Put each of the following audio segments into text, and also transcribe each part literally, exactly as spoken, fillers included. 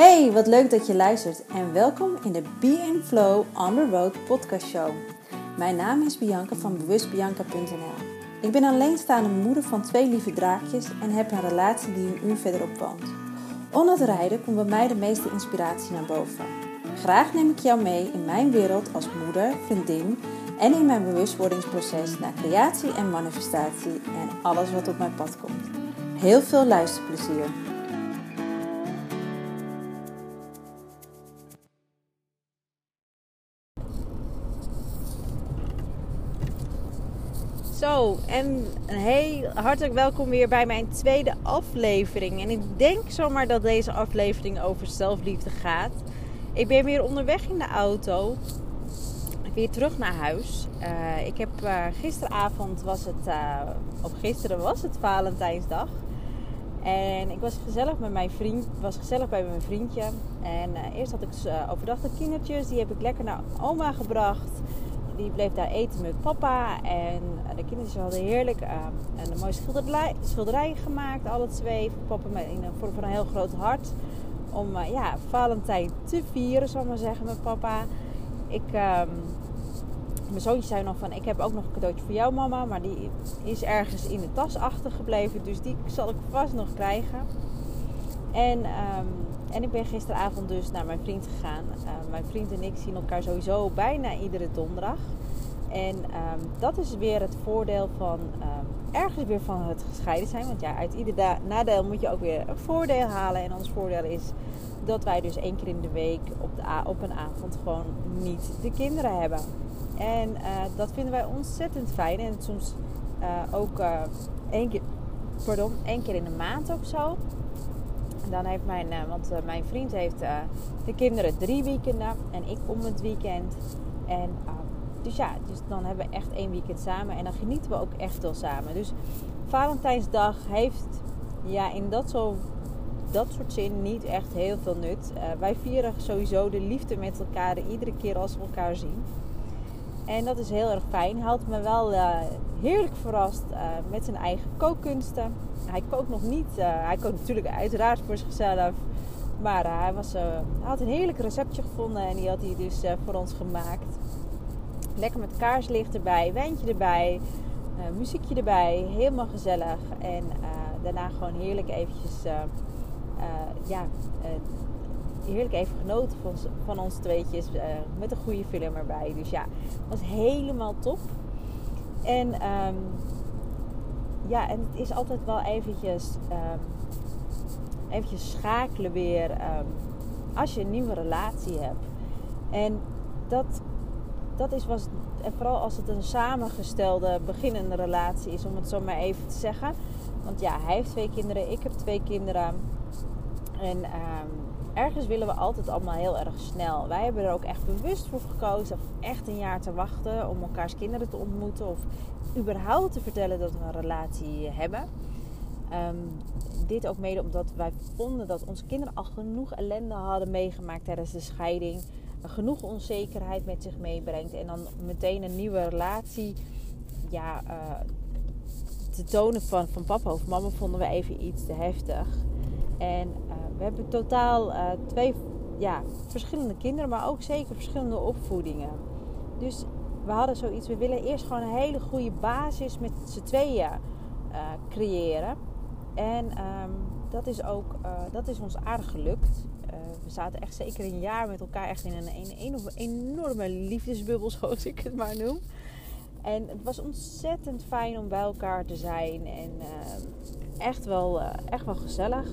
Hey, wat leuk dat je luistert en welkom in de Be in Flow on the Road podcast show. Mijn naam is Bianca van bewust bianca punt n l. Ik ben alleenstaande moeder van twee lieve draakjes en heb een relatie die een uur verderop woont. Onder het rijden komt bij mij de meeste inspiratie naar boven. Graag neem ik jou mee in mijn wereld als moeder, vriendin en in mijn bewustwordingsproces naar creatie en manifestatie en alles wat op mijn pad komt. Heel veel luisterplezier! Zo, en heel hartelijk welkom weer bij mijn tweede aflevering. En ik denk zomaar dat deze aflevering over zelfliefde gaat. Ik ben weer onderweg in de auto, weer terug naar huis. Uh, ik heb uh, gisteravond was het, uh, of gisteren was het Valentijnsdag. En ik was gezellig met mijn vriend, was gezellig bij mijn vriendje. En uh, eerst had ik uh, overdag de kindertjes, die heb ik lekker naar oma gebracht. Die bleef daar eten met papa. En de kinderen hadden heerlijk uh, een mooie schilderij, schilderij gemaakt. Alle twee. Papa met in een vorm van een heel groot hart. Om uh, ja, Valentijn te vieren, zal ik maar zeggen, met papa. Ik, uh, mijn zoontje zei nog van, ik heb ook nog een cadeautje voor jou, mama. Maar die is ergens in de tas achtergebleven. Dus die zal ik vast nog krijgen. En, um, en ik ben gisteravond dus naar mijn vriend gegaan. Uh, mijn vriend en ik zien elkaar sowieso bijna iedere donderdag. En um, dat is weer het voordeel van um, ergens weer van het gescheiden zijn. Want ja, uit ieder da- nadeel moet je ook weer een voordeel halen. En ons voordeel is dat wij dus één keer in de week op, de a- op een avond gewoon niet de kinderen hebben. En uh, dat vinden wij ontzettend fijn. En soms uh, ook uh, één keer, pardon, één keer in de maand of zo. Dan heeft mijn, uh, want uh, mijn vriend heeft uh, de kinderen drie weekenden en ik om het weekend. En uh, dus ja, dus dan hebben we echt één weekend samen en dan genieten we ook echt wel samen. Dus Valentijnsdag heeft ja in dat, zo, dat soort zin niet echt heel veel nut. Uh, wij vieren sowieso de liefde met elkaar iedere keer als we elkaar zien. En dat is heel erg fijn. Hij had me wel uh, heerlijk verrast uh, met zijn eigen kookkunsten. Hij kookt nog niet. Uh, hij kookt natuurlijk uiteraard voor zichzelf. Maar uh, hij, was, uh, hij had een heerlijk receptje gevonden. En die had hij dus uh, voor ons gemaakt. Lekker met kaarslicht erbij. Wijntje erbij. Uh, muziekje erbij. Helemaal gezellig. En uh, daarna gewoon heerlijk eventjes... Uh, uh, ja... Uh, heerlijk even genoten van, van ons tweetjes. Uh, met een goede film erbij. Dus ja, het was helemaal top. En... Um, Ja, en het is altijd wel eventjes, um, eventjes schakelen weer um, als je een nieuwe relatie hebt. En dat, dat is was, en vooral als het een samengestelde beginnende relatie is, om het zo maar even te zeggen. Want ja, hij heeft twee kinderen, ik heb twee kinderen. En um, ergens willen we altijd allemaal heel erg snel. Wij hebben er ook echt bewust voor gekozen om echt een jaar te wachten om elkaars kinderen te ontmoeten. Of überhaupt te vertellen dat we een relatie hebben. Um, dit ook mede omdat wij vonden dat onze kinderen al genoeg ellende hadden meegemaakt tijdens de scheiding. Genoeg onzekerheid met zich meebrengt. En dan meteen een nieuwe relatie ja, uh, te tonen van, van papa of mama vonden we even iets te heftig. En uh, we hebben totaal uh, twee ja, verschillende kinderen, maar ook zeker verschillende opvoedingen. Dus we hadden zoiets, we willen eerst gewoon een hele goede basis met z'n tweeën uh, creëren. En um, dat is ook, uh, dat is ons aardig gelukt. Uh, we zaten echt zeker een jaar met elkaar echt in een, een, een enorme liefdesbubbel, zoals ik het maar noem. En het was ontzettend fijn om bij elkaar te zijn. En uh, echt, wel, uh, echt wel gezellig.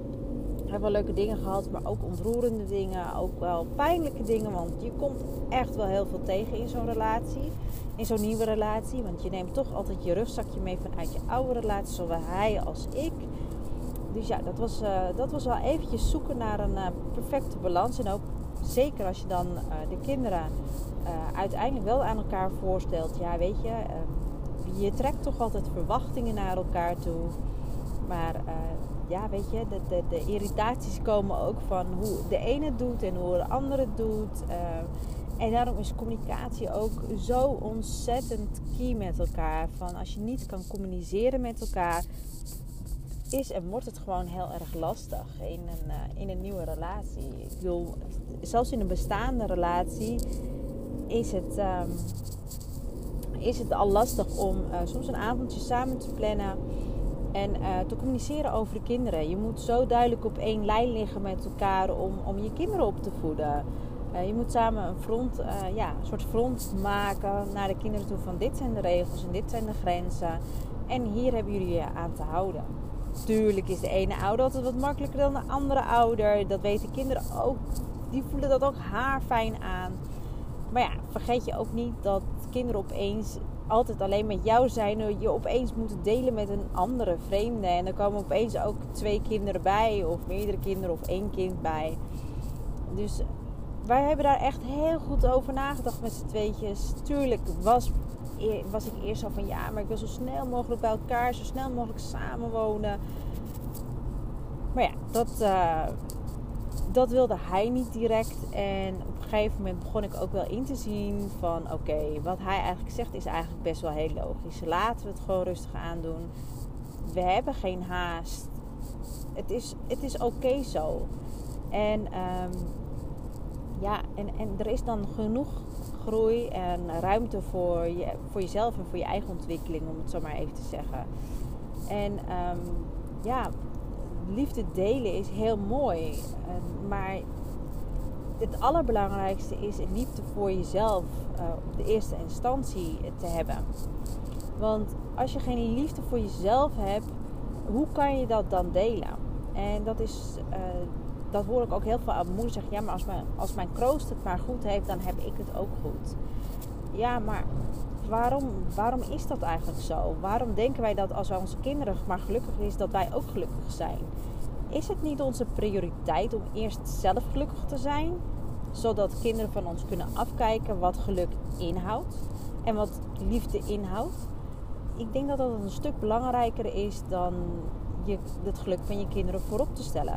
We hebben wel leuke dingen gehad, maar ook ontroerende dingen. Ook wel pijnlijke dingen, want je komt echt wel heel veel tegen in zo'n relatie. In zo'n nieuwe relatie. Want je neemt toch altijd je rugzakje mee vanuit je oude relatie. Zowel hij als ik. Dus ja, dat was, uh, dat was wel eventjes zoeken naar een uh, perfecte balans. En ook zeker als je dan uh, de kinderen uh, uiteindelijk wel aan elkaar voorstelt. Ja, weet je, uh, je trekt toch altijd verwachtingen naar elkaar toe. Maar... Uh, Ja, weet je, de, de, de irritaties komen ook van hoe de ene het doet en hoe de andere het doet. Uh, en daarom is communicatie ook zo ontzettend key met elkaar. Van als je niet kan communiceren met elkaar, is en wordt het gewoon heel erg lastig in een, uh, in een nieuwe relatie. Ik bedoel, zelfs in een bestaande relatie is het, um, is het al lastig om uh, soms een avondje samen te plannen en uh, te communiceren over de kinderen. Je moet zo duidelijk op één lijn liggen met elkaar om, om je kinderen op te voeden. Uh, je moet samen een front, uh, ja, een soort front maken naar de kinderen toe van dit zijn de regels en dit zijn de grenzen. En hier hebben jullie je aan te houden. Tuurlijk is de ene ouder altijd wat makkelijker dan de andere ouder. Dat weten kinderen ook. Die voelen dat ook haarfijn aan. Maar ja, vergeet je ook niet dat kinderen opeens altijd alleen met jou zijn. Je opeens moet delen met een andere vreemde. En er komen opeens ook twee kinderen bij. Of meerdere kinderen of één kind bij. Dus wij hebben daar echt heel goed over nagedacht met z'n tweetjes. Tuurlijk was, was ik eerst al van ja, maar ik wil zo snel mogelijk bij elkaar. Zo snel mogelijk samenwonen. Maar ja, dat, uh, dat wilde hij niet direct. En op een gegeven moment begon ik ook wel in te zien van oké, okay, wat hij eigenlijk zegt is eigenlijk best wel heel logisch. Laten we het gewoon rustig aandoen. We hebben geen haast. Het is, het is oké okay zo. En um, ja, en, en er is dan genoeg groei en ruimte voor, je, voor jezelf en voor je eigen ontwikkeling, om het zo maar even te zeggen. En um, ja, liefde delen is heel mooi. Uh, maar het allerbelangrijkste is liefde voor jezelf uh, op de eerste instantie te hebben. Want als je geen liefde voor jezelf hebt, hoe kan je dat dan delen? En dat is... Uh, Dat hoor ik ook heel veel aan mijn moeder zeggen. Ja, maar als mijn, als mijn kroost het maar goed heeft, dan heb ik het ook goed. Ja, maar waarom, waarom is dat eigenlijk zo? Waarom denken wij dat als onze kinderen maar gelukkig is, dat wij ook gelukkig zijn? Is het niet onze prioriteit om eerst zelf gelukkig te zijn? Zodat kinderen van ons kunnen afkijken wat geluk inhoudt. En wat liefde inhoudt. Ik denk dat dat een stuk belangrijker is dan je, het geluk van je kinderen voorop te stellen.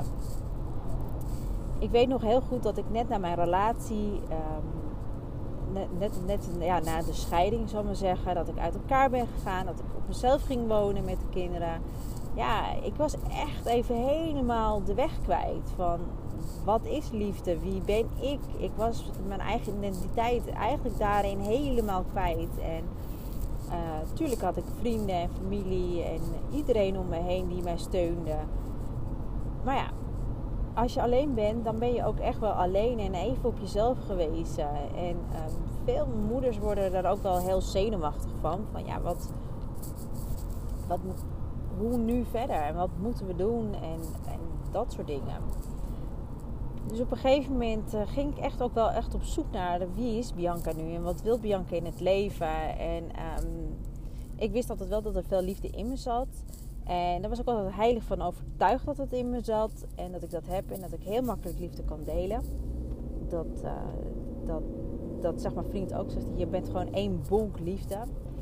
Ik weet nog heel goed dat ik net na mijn relatie, um, net, net, net ja, na de scheiding zal ik maar zeggen, dat ik uit elkaar ben gegaan, dat ik op mezelf ging wonen met de kinderen. Ja, ik was echt even helemaal de weg kwijt van wat is liefde, wie ben ik? Ik was mijn eigen identiteit eigenlijk daarin helemaal kwijt. En uh, tuurlijk had ik vrienden en familie en iedereen om me heen die mij steunde. Maar ja, als je alleen bent, dan ben je ook echt wel alleen en even op jezelf gewezen. En um, veel moeders worden daar ook wel heel zenuwachtig van. Van ja, wat, wat moet, hoe nu verder? En wat moeten we doen? En, en dat soort dingen. Dus op een gegeven moment uh, ging ik echt ook wel echt op zoek naar wie is Bianca nu? En wat wil Bianca in het leven? En um, ik wist altijd wel dat er veel liefde in me zat. En daar was ik altijd heilig van overtuigd dat het in me zat. En dat ik dat heb. En dat ik heel makkelijk liefde kan delen. Dat, uh, dat, dat zegt mijn vriend ook. Zegt hij, je bent gewoon één bonk liefde.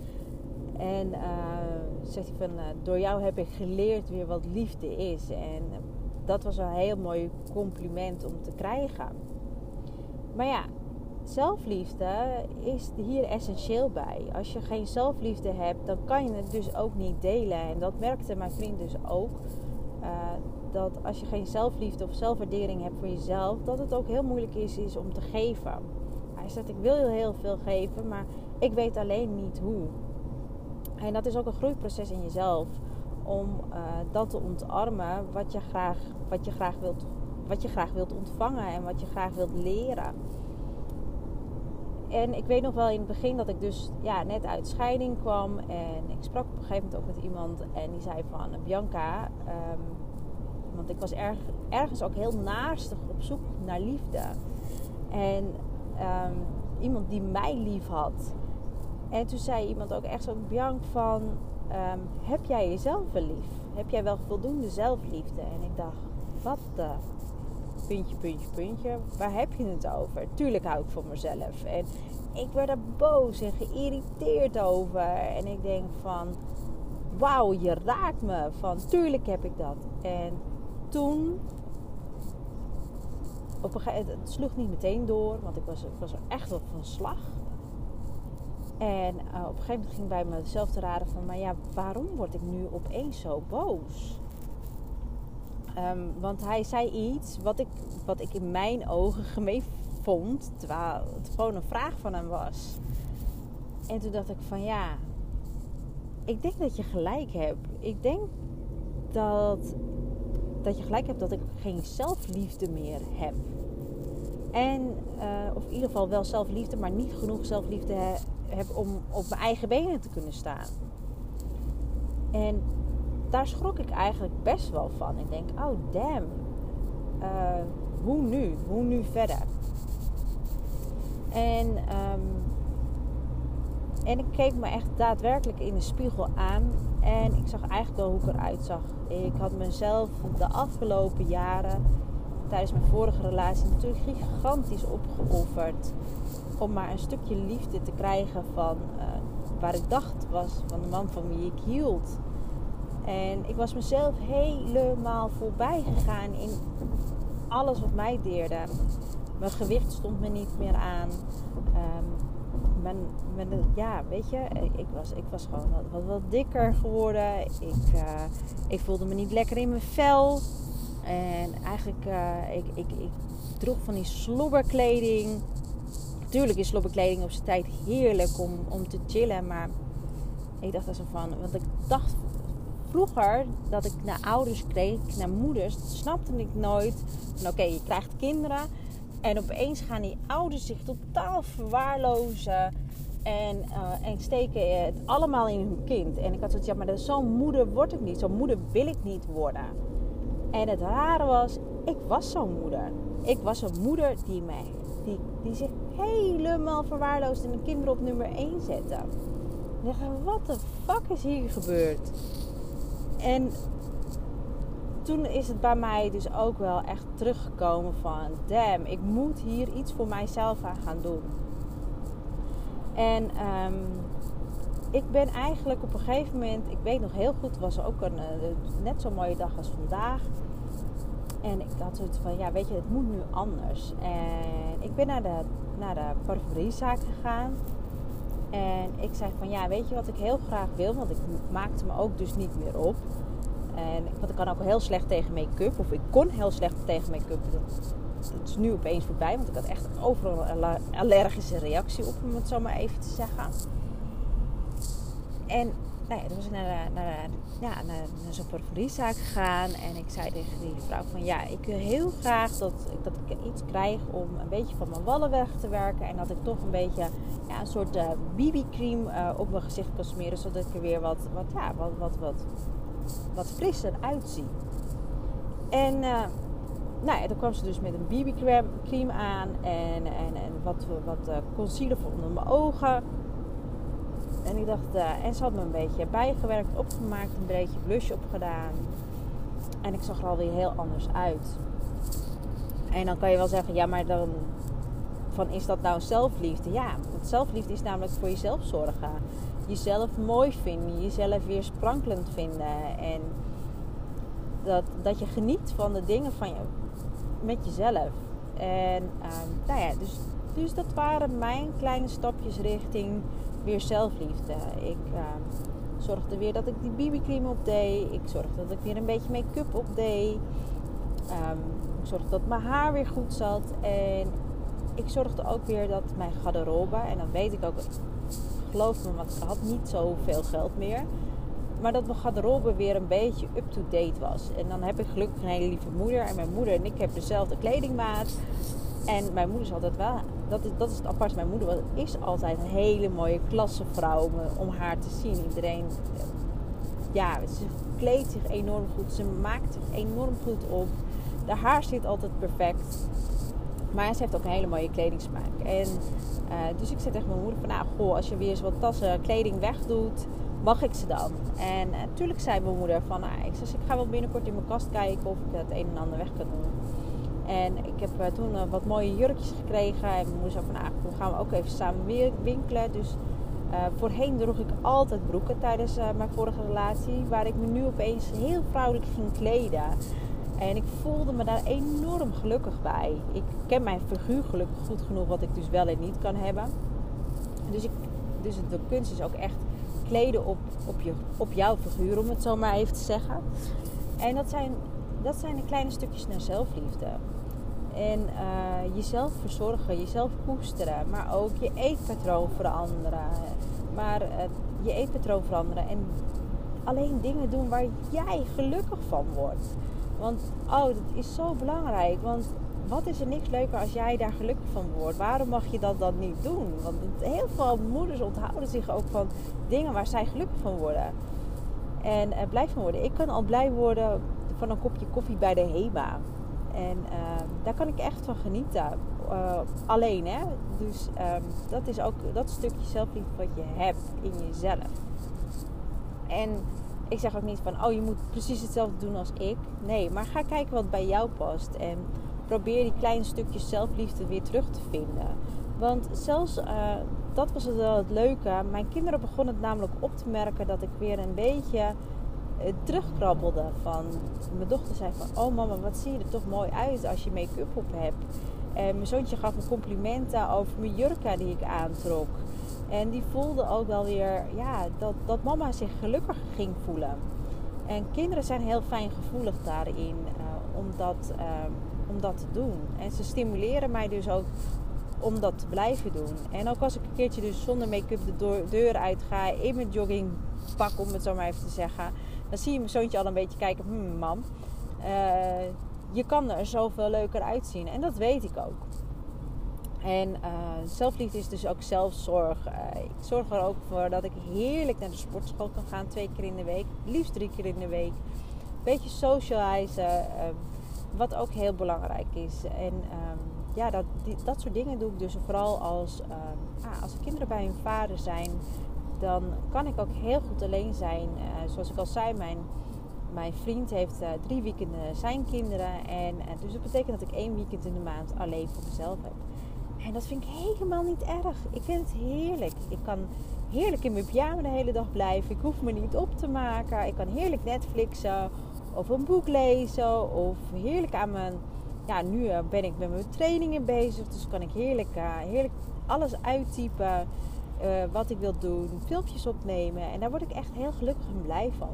En uh, zegt hij van, uh, door jou heb ik geleerd weer wat liefde is. En uh, dat was een heel mooi compliment om te krijgen. Maar ja, zelfliefde is hier essentieel bij. Als je geen zelfliefde hebt, dan kan je het dus ook niet delen. En dat merkte mijn vriend dus ook. Uh, dat als je geen zelfliefde of zelfwaardering hebt voor jezelf, dat het ook heel moeilijk is, is om te geven. Hij zegt, ik wil heel veel geven, maar ik weet alleen niet hoe. En dat is ook een groeiproces in jezelf. Om uh, dat te ontarmen wat je graag, wat je graag wilt, wat je graag wilt ontvangen en wat je graag wilt leren. En ik weet nog wel in het begin dat ik dus ja, net uit scheiding kwam. En ik sprak op een gegeven moment ook met iemand. En die zei van, Bianca, um, want ik was erg, ergens ook heel naarstig op zoek naar liefde. En um, iemand die mij lief had. En toen zei iemand ook echt zo, Bianca, van, um, heb jij jezelf wel lief? Heb jij wel voldoende zelfliefde? En ik dacht, wat de... puntje, puntje, puntje. Waar heb je het over? Tuurlijk hou ik van mezelf. En ik werd er boos en geïrriteerd over. En ik denk van, wauw, je raakt me. Van, tuurlijk heb ik dat. En toen, op een gegeven moment, het sloeg niet meteen door. Want ik was, ik was er echt wel van slag. En uh, op een gegeven moment ging ik bij mezelf te raden van, maar ja, waarom word ik nu opeens zo boos? Um, want hij zei iets wat ik, wat ik in mijn ogen gemeen vond. Terwijl het gewoon een vraag van hem was. En toen dacht ik van ja, ik denk dat je gelijk hebt. Ik denk dat, dat je gelijk hebt dat ik geen zelfliefde meer heb. En, uh, of in ieder geval wel zelfliefde, maar niet genoeg zelfliefde he, heb om op mijn eigen benen te kunnen staan. En daar schrok ik eigenlijk best wel van. Ik denk, oh damn, uh, hoe nu? Hoe nu verder? En, um, en ik keek me echt daadwerkelijk in de spiegel aan. En ik zag eigenlijk wel hoe ik eruit zag. Ik had mezelf de afgelopen jaren, tijdens mijn vorige relatie, natuurlijk gigantisch opgeofferd. Om maar een stukje liefde te krijgen van uh, waar ik dacht was, van de man van wie ik hield. En ik was mezelf helemaal voorbij gegaan in alles wat mij deerde. Mijn gewicht stond me niet meer aan. Um, mijn, mijn, ja, weet je, ik was, ik was gewoon wat, wat, wat dikker geworden. Ik, uh, ik voelde me niet lekker in mijn vel. En eigenlijk, uh, ik, ik, ik droeg van die slobberkleding. Natuurlijk is slobberkleding op zijn tijd heerlijk om, om te chillen. Maar ik dacht er zo van, want ik dacht vroeger dat ik naar ouders kreeg, naar moeders, snapte ik nooit van oké, okay, je krijgt kinderen en opeens gaan die ouders zich totaal verwaarlozen en, uh, en steken het allemaal in hun kind. En ik had zoiets, ja, maar zo'n moeder word ik niet, zo'n moeder wil ik niet worden. En het rare was, ik was zo'n moeder. Ik was een moeder die, mij, die, die zich helemaal verwaarloosde en de kinderen op nummer één zette. Ik dacht, wat de fuck is hier gebeurd? En toen is het bij mij dus ook wel echt teruggekomen van damn, ik moet hier iets voor mijzelf aan gaan doen. En um, ik ben eigenlijk op een gegeven moment, ik weet nog heel goed, het was ook een, net zo'n mooie dag als vandaag. En ik had zoiets van, ja weet je, het moet nu anders. En ik ben naar de, naar de parfumeriezaak gegaan. En ik zei van, ja weet je wat ik heel graag wil, want ik maakte me ook dus niet meer op. En, want ik kan ook heel slecht tegen make-up. Of ik kon heel slecht tegen make-up. Dat, dat is nu opeens voorbij. Want ik had echt overal een allergische reactie op. Om het zo maar even te zeggen. En nou ja, toen was ik naar, de, naar, de, ja, naar, naar zo'n parfumeriezaak gegaan. En ik zei tegen die vrouw van ja, ik wil heel graag dat, dat ik iets krijg om een beetje van mijn wallen weg te werken. En dat ik toch een beetje ja, een soort uh, B B-cream uh, op mijn gezicht kan smeren. Zodat ik er weer wat, wat, ja, wat, wat, wat wat frisser uitzien. En uh, nou ja, toen kwam ze dus met een B B-cream aan en, en, en wat, wat uh, concealer voor onder mijn ogen. En ik dacht, uh, en ze had me een beetje bijgewerkt, opgemaakt, een beetje blush opgedaan. En ik zag er alweer heel anders uit. En dan kan je wel zeggen, ja, maar dan van is dat nou zelfliefde? Ja, want zelfliefde is namelijk voor jezelf zorgen. Jezelf mooi vinden, jezelf weer sprankelend vinden. En dat, dat je geniet van de dingen van je, met jezelf. En um, nou ja, dus, dus dat waren mijn kleine stapjes richting weer zelfliefde. Ik um, zorgde weer dat ik die B B-cream opdeed. Ik zorgde dat ik weer een beetje make-up opdeed. Um, ik zorgde dat mijn haar weer goed zat. En ik zorgde ook weer dat mijn garderobe, en dan weet ik ook, geloof me, want ik had niet zoveel geld meer, maar dat mijn garderobe weer een beetje up-to-date was. En dan heb ik gelukkig een hele lieve moeder. En mijn moeder en ik hebben dezelfde kledingmaat. En mijn moeder is altijd wel, dat is, dat is het apart. Mijn moeder is altijd een hele mooie klassevrouw om, om haar te zien. Iedereen, ja, ze kleedt zich enorm goed. Ze maakt zich enorm goed op. De haar zit altijd perfect. Maar ze heeft ook een hele mooie kledingsmaak. En uh, dus ik zei tegen mijn moeder van, nou goh, als je weer eens wat tassen kleding wegdoet, mag ik ze dan? En natuurlijk uh, zei mijn moeder van, nou, ik, zei, ik ga wel binnenkort in mijn kast kijken of ik het een en ander weg kan doen. En ik heb uh, toen uh, wat mooie jurkjes gekregen. En mijn moeder zei van, nou, dan gaan we ook even samen weer winkelen. Dus uh, voorheen droeg ik altijd broeken tijdens uh, mijn vorige relatie, waar ik me nu opeens heel vrouwelijk ging kleden. En ik voelde me daar enorm gelukkig bij. Ik ken mijn figuur gelukkig goed genoeg, wat ik dus wel en niet kan hebben. Dus, ik, dus de kunst is ook echt kleden op, op, je, op jouw figuur, om het zo maar even te zeggen. En dat zijn dat zijn de kleine stukjes naar zelfliefde. En uh, jezelf verzorgen, jezelf koesteren, maar ook je eetpatroon veranderen. Maar uh, je eetpatroon veranderen en alleen dingen doen waar jij gelukkig van wordt. Want oh, dat is zo belangrijk. Want wat is er niks leuker als jij daar gelukkig van wordt? Waarom mag je dat dan niet doen? Want heel veel moeders onthouden zich ook van dingen waar zij gelukkig van worden. En uh, blij van worden. Ik kan al blij worden van een kopje koffie bij de HEMA. En uh, daar kan ik echt van genieten. Uh, alleen hè. Dus uh, dat is ook dat stukje zelfliefde wat je hebt in jezelf. En ik zeg ook niet van, oh je moet precies hetzelfde doen als ik. Nee, maar ga kijken wat bij jou past. En probeer die kleine stukjes zelfliefde weer terug te vinden. Want zelfs, uh, dat was het wel het leuke. Mijn kinderen begonnen het namelijk op te merken dat ik weer een beetje uh, terugkrabbelde. Van, mijn dochter zei van, oh mama, wat zie je er toch mooi uit als je make-up op hebt. En mijn zoontje gaf me complimenten over mijn jurka die ik aantrok. En die voelde ook wel weer ja, dat, dat mama zich gelukkig ging voelen. En kinderen zijn heel fijngevoelig daarin uh, om, dat, uh, om dat te doen. En ze stimuleren mij dus ook om dat te blijven doen. En ook als ik een keertje dus zonder make-up de deur uit ga, in mijn joggingpak om het zo maar even te zeggen, dan zie je mijn zoontje al een beetje kijken, hm mam, uh, je kan er zoveel leuker uitzien. En dat weet ik ook. En uh, zelfliefde is dus ook zelfzorg. Uh, ik zorg er ook voor dat ik heerlijk naar de sportschool kan gaan. Twee keer in de week. Liefst drie keer in de week. Beetje socializen. Uh, wat ook heel belangrijk is. En um, ja, dat, die, dat soort dingen doe ik dus vooral als, uh, ah, als de kinderen bij hun vader zijn. Dan kan ik ook heel goed alleen zijn. Uh, zoals ik al zei, mijn, mijn vriend heeft uh, drie weekenden zijn kinderen. En uh, dus dat betekent dat ik één weekend in de maand alleen voor mezelf heb. En dat vind ik helemaal niet erg. Ik vind het heerlijk. Ik kan heerlijk in mijn pyjama de hele dag blijven. Ik hoef me niet op te maken. Ik kan heerlijk Netflixen of een boek lezen. Of heerlijk aan mijn... Ja, nu ben ik met mijn trainingen bezig. Dus kan ik heerlijk, uh, heerlijk alles uittypen. Uh, wat ik wil doen. Filmpjes opnemen. En daar word ik echt heel gelukkig en blij van.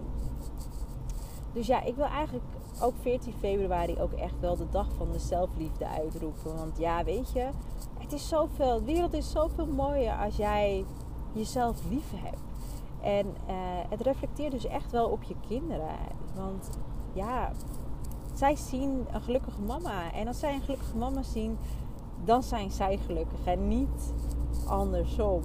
Dus ja, ik wil eigenlijk ook veertien februari ook echt wel de dag van de zelfliefde uitroepen. Want ja, weet je, het is zoveel, de wereld is zoveel mooier als jij jezelf lief hebt. En uh, het reflecteert dus echt wel op je kinderen. Want ja, zij zien een gelukkige mama. En als zij een gelukkige mama zien, dan zijn zij gelukkig. En niet andersom.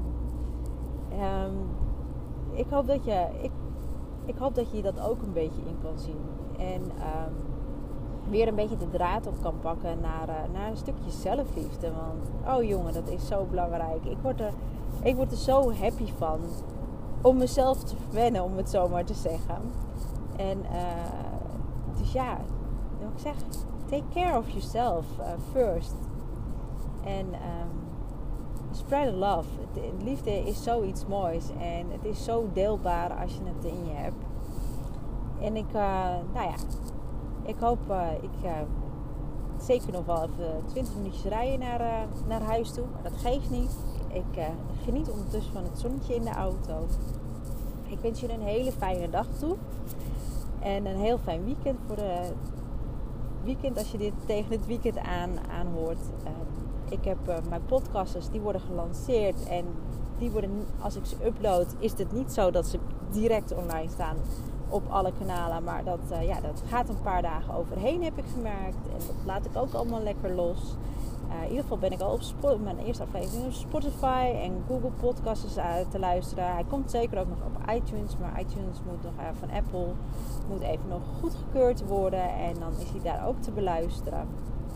Um, ik hoop dat je... Ik, Ik hoop dat je dat ook een beetje in kan zien. En um, weer een beetje de draad op kan pakken naar, uh, naar een stukje zelfliefde. Want, oh jongen, dat is zo belangrijk. Ik word, er, ik word er zo happy van om mezelf te verwennen, om het zo maar te zeggen. En uh, dus ja, wat ik zeg, take care of yourself uh, first. En um, spread the love. De liefde is zoiets moois. En het is zo deelbaar als je het in je hebt. En ik, uh, nou ja, ik hoop, uh, ik uh, zeker nog wel even twintig minuutjes rijden naar, uh, naar huis toe. Maar dat geeft niet. Ik uh, geniet ondertussen van het zonnetje in de auto. Ik wens je een hele fijne dag toe. En een heel fijn weekend voor de weekend als je dit tegen het weekend aan, aanhoort. Uh, Ik heb uh, mijn podcasters, die worden gelanceerd. En die worden, als ik ze upload, is het niet zo dat ze direct online staan op alle kanalen. Maar dat, uh, ja, dat gaat een paar dagen overheen, heb ik gemerkt. En dat laat ik ook allemaal lekker los. Uh, in ieder geval ben ik al op Spot- mijn eerste aflevering op Spotify en Google Podcasts uh, te luisteren. Hij komt zeker ook nog op iTunes. Maar iTunes moet nog uh, van Apple moet even nog goedgekeurd worden. En dan is hij daar ook te beluisteren.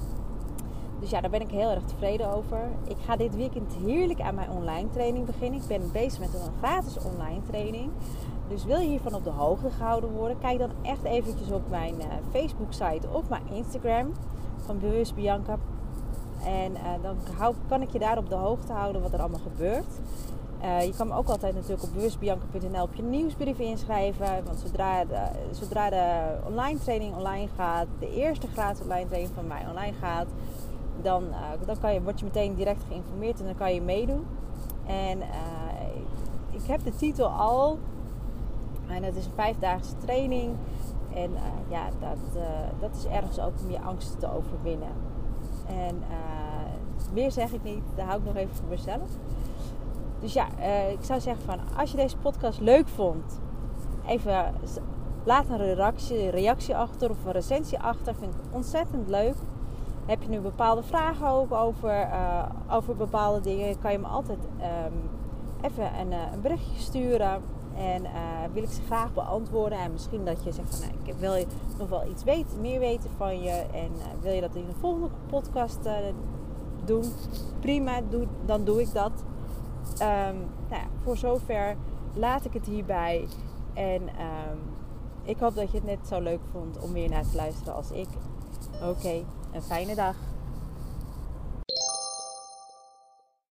Dus ja, daar ben ik heel erg tevreden over. Ik ga dit weekend heerlijk aan mijn online training beginnen. Ik ben bezig met een gratis online training. Dus wil je hiervan op de hoogte gehouden worden? Kijk dan echt eventjes op mijn uh, Facebook site of mijn Instagram van Bewust Bianca. En uh, dan hou, kan ik je daar op de hoogte houden wat er allemaal gebeurt. Uh, je kan me ook altijd natuurlijk op bewustbianca punt n l op je nieuwsbrief inschrijven. Want zodra de, zodra de online training online gaat, de eerste gratis online training van mij online gaat, dan, uh, dan kan je, word je meteen direct geïnformeerd en dan kan je meedoen. En uh, ik heb de titel al. En het is een vijfdaagse training. En uh, ja, dat, uh, dat is ergens ook om je angsten te overwinnen. En uh, meer zeg ik niet, dat hou ik nog even voor mezelf. Dus ja, uh, ik zou zeggen van, als je deze podcast leuk vond, even laat een reactie, reactie achter of een recensie achter. Vind ik ontzettend leuk. Heb je nu bepaalde vragen ook over, uh, over bepaalde dingen, kan je me altijd um, even een, uh, een berichtje sturen. En uh, wil ik ze graag beantwoorden. En misschien dat je zegt van, nou, ik wil nog wel iets weten, meer weten van je. En uh, wil je dat in de volgende podcast uh, doen? Prima, doe, dan doe ik dat. Um, nou ja, voor zover laat ik het hierbij. En um, ik hoop dat je het net zo leuk vond om weer naar te luisteren als ik. Oké, okay, een fijne dag.